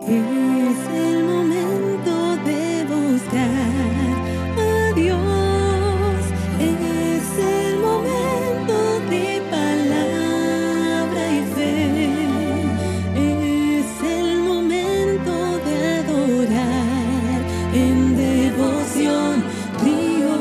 Es el momento de buscar a Dios. Es el momento de palabra y fe. Es el momento de adorar en devoción Dios.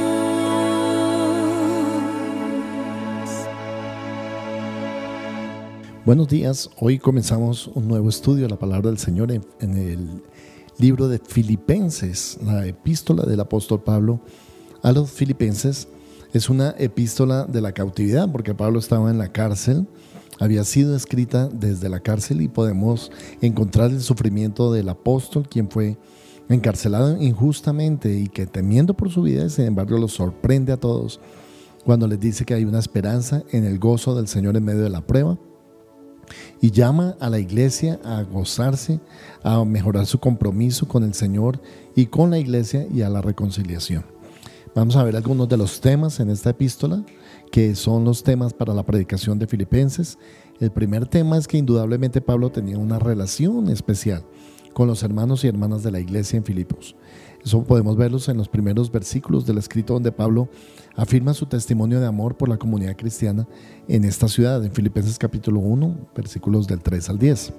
Buenos días, hoy comenzamos un nuevo estudio de la palabra del Señor en el libro de Filipenses. La epístola del apóstol Pablo a los Filipenses es una epístola de la cautividad, porque Pablo estaba en la cárcel, había sido escrita desde la cárcel y podemos encontrar el sufrimiento del apóstol, quien fue encarcelado injustamente y que temiendo por su vida, sin embargo los sorprende a todos cuando les dice que hay una esperanza en el gozo del Señor en medio de la prueba. Y llama a la iglesia a gozarse, a mejorar su compromiso con el Señor y con la iglesia y a la reconciliación. Vamos a ver algunos de los temas en esta epístola, que son los temas para la predicación de Filipenses. El primer tema es que indudablemente Pablo tenía una relación especial con los hermanos y hermanas de la iglesia en Filipos. Eso podemos verlos en los primeros versículos del escrito, donde Pablo afirma su testimonio de amor por la comunidad cristiana en esta ciudad, en Filipenses capítulo 1, versículos del 3 al 10.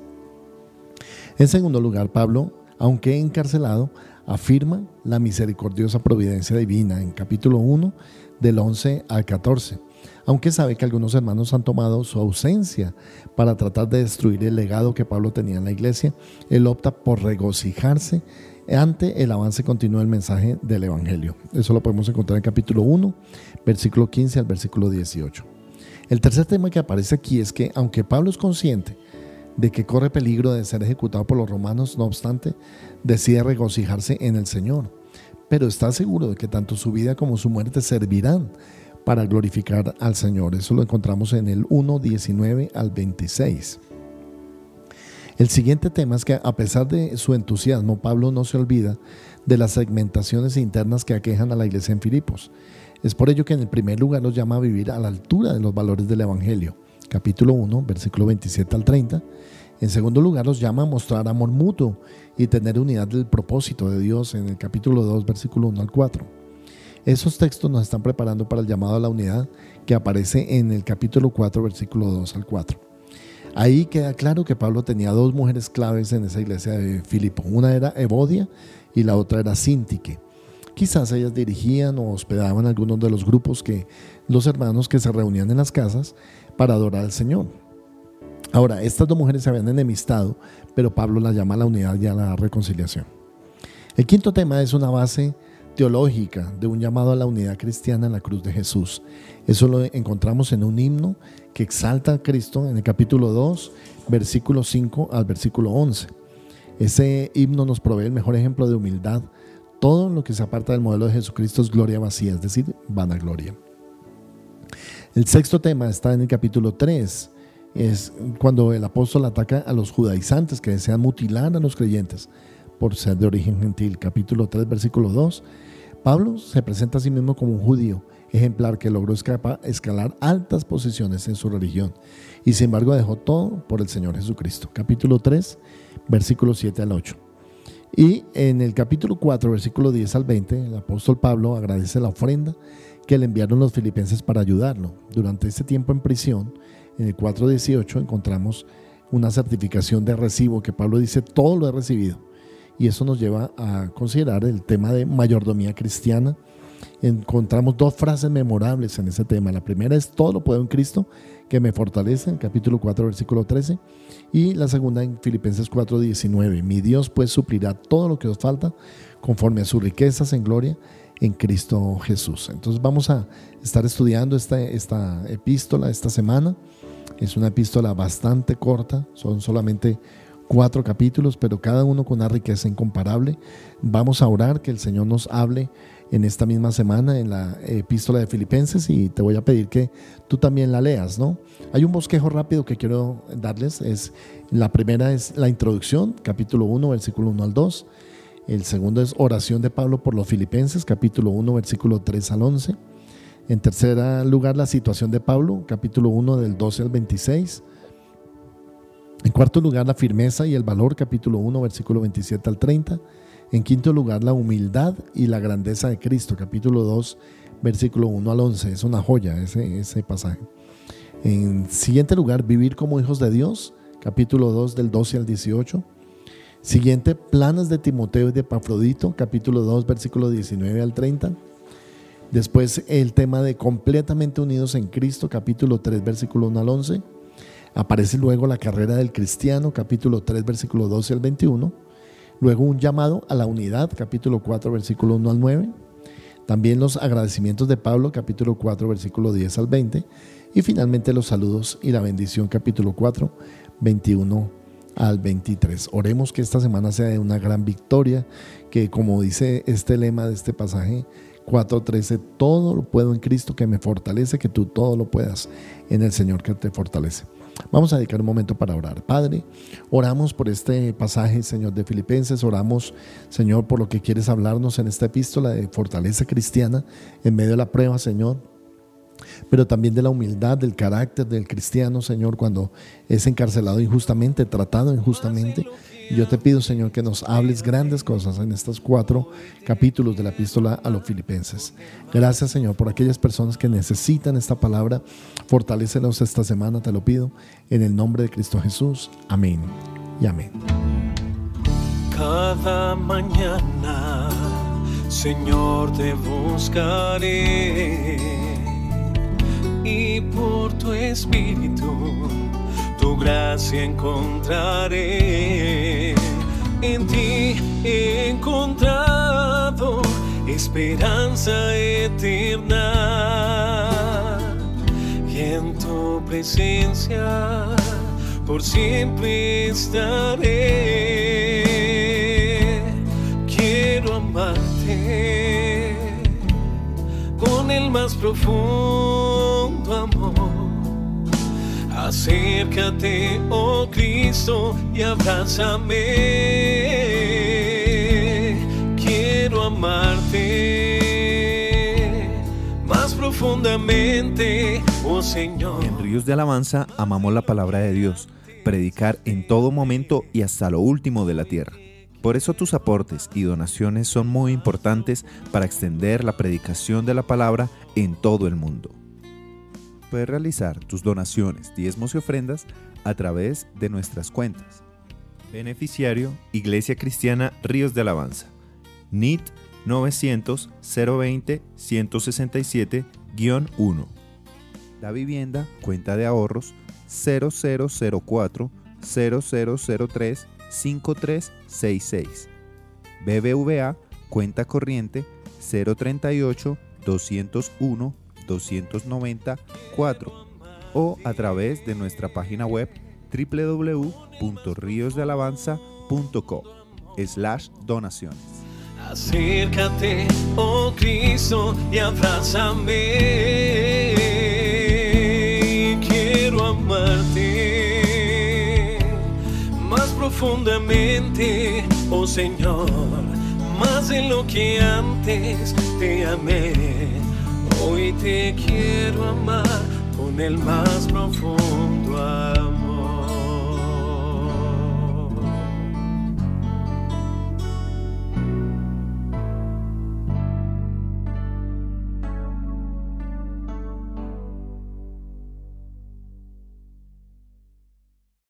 En segundo lugar, Pablo, aunque encarcelado, afirma la misericordiosa providencia divina en capítulo 1, del 11 al 14. Aunque sabe que algunos hermanos han tomado su ausencia para tratar de destruir el legado que Pablo tenía en la iglesia, él opta por regocijarse ante el avance continuo del mensaje del Evangelio. Eso lo podemos encontrar en capítulo 1, versículo 15 al versículo 18. El tercer tema que aparece aquí es que, aunque Pablo es consciente de que corre peligro de ser ejecutado por los romanos, no obstante, decide regocijarse en el Señor, pero está seguro de que tanto su vida como su muerte servirán para glorificar al Señor. Eso lo encontramos en el 1, 19 al 26. El siguiente tema es que, a pesar de su entusiasmo, Pablo no se olvida de las segmentaciones internas que aquejan a la iglesia en Filipos. Es por ello que en el primer lugar los llama a vivir a la altura de los valores del Evangelio, capítulo 1, versículo 27 al 30. En segundo lugar, los llama a mostrar amor mutuo y tener unidad del propósito de Dios, en el capítulo 2, versículo 1 al 4. Esos textos nos están preparando para el llamado a la unidad que aparece en el capítulo 4, versículo 2 al 4. Ahí queda claro que Pablo tenía dos mujeres claves en esa iglesia de Filipo. Una era Evodia y la otra era Síntique. Quizás ellas dirigían o hospedaban algunos de los grupos los hermanos que se reunían en las casas para adorar al Señor. Ahora, estas dos mujeres se habían enemistado, pero Pablo las llama a la unidad y a la reconciliación. El quinto tema es una base teológica de un llamado a la unidad cristiana en la cruz de Jesús. Eso lo encontramos en un himno que exalta a Cristo en el capítulo 2, versículo 5 al versículo 11. Ese himno nos provee el mejor ejemplo de humildad. Todo lo que se aparta del modelo de Jesucristo es gloria vacía, es decir, vanagloria. El sexto tema está en el capítulo 3. Es cuando el apóstol ataca a los judaizantes que desean mutilar a los creyentes por ser de origen gentil. Capítulo 3, versículo 2. Pablo se presenta a sí mismo como un judío ejemplar que logró escalar altas posiciones en su religión y sin embargo dejó todo por el Señor Jesucristo. Capítulo 3, versículos 7 al 8. Y en el capítulo 4, versículo 10 al 20, el apóstol Pablo agradece la ofrenda que le enviaron los filipenses para ayudarlo. Durante este tiempo en prisión, en el 4:18 encontramos una certificación de recibo que Pablo dice: todo lo he recibido. Y eso nos lleva a considerar el tema de mayordomía cristiana. Encontramos dos frases memorables en ese tema. La primera es: todo lo puedo en Cristo que me fortalece, en capítulo 4, versículo 13. Y la segunda en Filipenses 4:19. Mi Dios pues suplirá todo lo que os falta conforme a sus riquezas en gloria en Cristo Jesús. Entonces vamos a estar estudiando esta epístola esta semana. Es una epístola bastante corta, son solamente 4 capítulos, pero cada uno con una riqueza incomparable. Vamos a orar que el Señor nos hable en esta misma semana en la epístola de Filipenses, y te voy a pedir que tú también la leas, ¿no? Hay un bosquejo rápido que quiero darles. La primera es la introducción, capítulo 1, versículo 1 al 2. El segundo es oración de Pablo por los Filipenses, capítulo 1, versículo 3 al 11. En tercer lugar, la situación de Pablo, capítulo 1, del 12 al 26. En cuarto lugar, la firmeza y el valor, capítulo 1, versículo 27 al 30. En quinto lugar, la humildad y la grandeza de Cristo, capítulo 2, versículo 1 al 11. Es una joya ese pasaje. En siguiente lugar, vivir como hijos de Dios, capítulo 2, del 12 al 18. Siguiente, planes de Timoteo y de Epafrodito, capítulo 2, versículo 19 al 30. Después, el tema de completamente unidos en Cristo, capítulo 3, versículo 1 al 11. Aparece luego la carrera del cristiano, capítulo 3, versículo 12 al 21. Luego un llamado a la unidad, capítulo 4, versículo 1 al 9. También los agradecimientos de Pablo, capítulo 4, versículo 10 al 20. Y finalmente los saludos y la bendición, capítulo 4, 21 al 23. Oremos que esta semana sea de una gran victoria, que como dice este lema de este pasaje 4:13, todo lo puedo en Cristo que me fortalece, que tú todo lo puedas en el Señor que te fortalece. Vamos a dedicar un momento para orar. Padre, oramos por este pasaje, Señor, de Filipenses. Oramos, Señor, por lo que quieres hablarnos en esta epístola de fortaleza cristiana en medio de la prueba, Señor, pero también de la humildad, del carácter del cristiano, Señor, cuando es encarcelado injustamente, tratado injustamente. Y yo te pido, Señor, que nos hables grandes cosas en estos 4 capítulos de la epístola a los Filipenses. Gracias, Señor, por aquellas personas que necesitan esta palabra. Fortalécenos esta semana, te lo pido, en el nombre de Cristo Jesús. Amén y amén. Cada mañana, Señor, te buscaré, y por tu Espíritu tu gracia encontraré. En ti he encontrado esperanza eterna, y en tu presencia por siempre estaré. Quiero amarte con el más profundo amor. Acércate, oh Cristo, y abrázame. Quiero amarte más profundamente, oh Señor. En Ríos de Alabanza amamos la palabra de Dios, predicar en todo momento y hasta lo último de la tierra. Por eso tus aportes y donaciones son muy importantes para extender la predicación de la palabra en todo el mundo. Puedes realizar tus donaciones, diezmos y ofrendas a través de nuestras cuentas. Beneficiario, Iglesia Cristiana Ríos de Alabanza. NIT 900-020-167-1. La vivienda, cuenta de ahorros 0004-0003-5366. BBVA, cuenta corriente 038-201-294, o a través de nuestra página web www.riosdealabanza.com/donaciones. Acércate, oh Cristo, y abrázame. Quiero amarte más profundamente, oh Señor, más de lo que antes te amé. Hoy te quiero amar con el más profundo amor.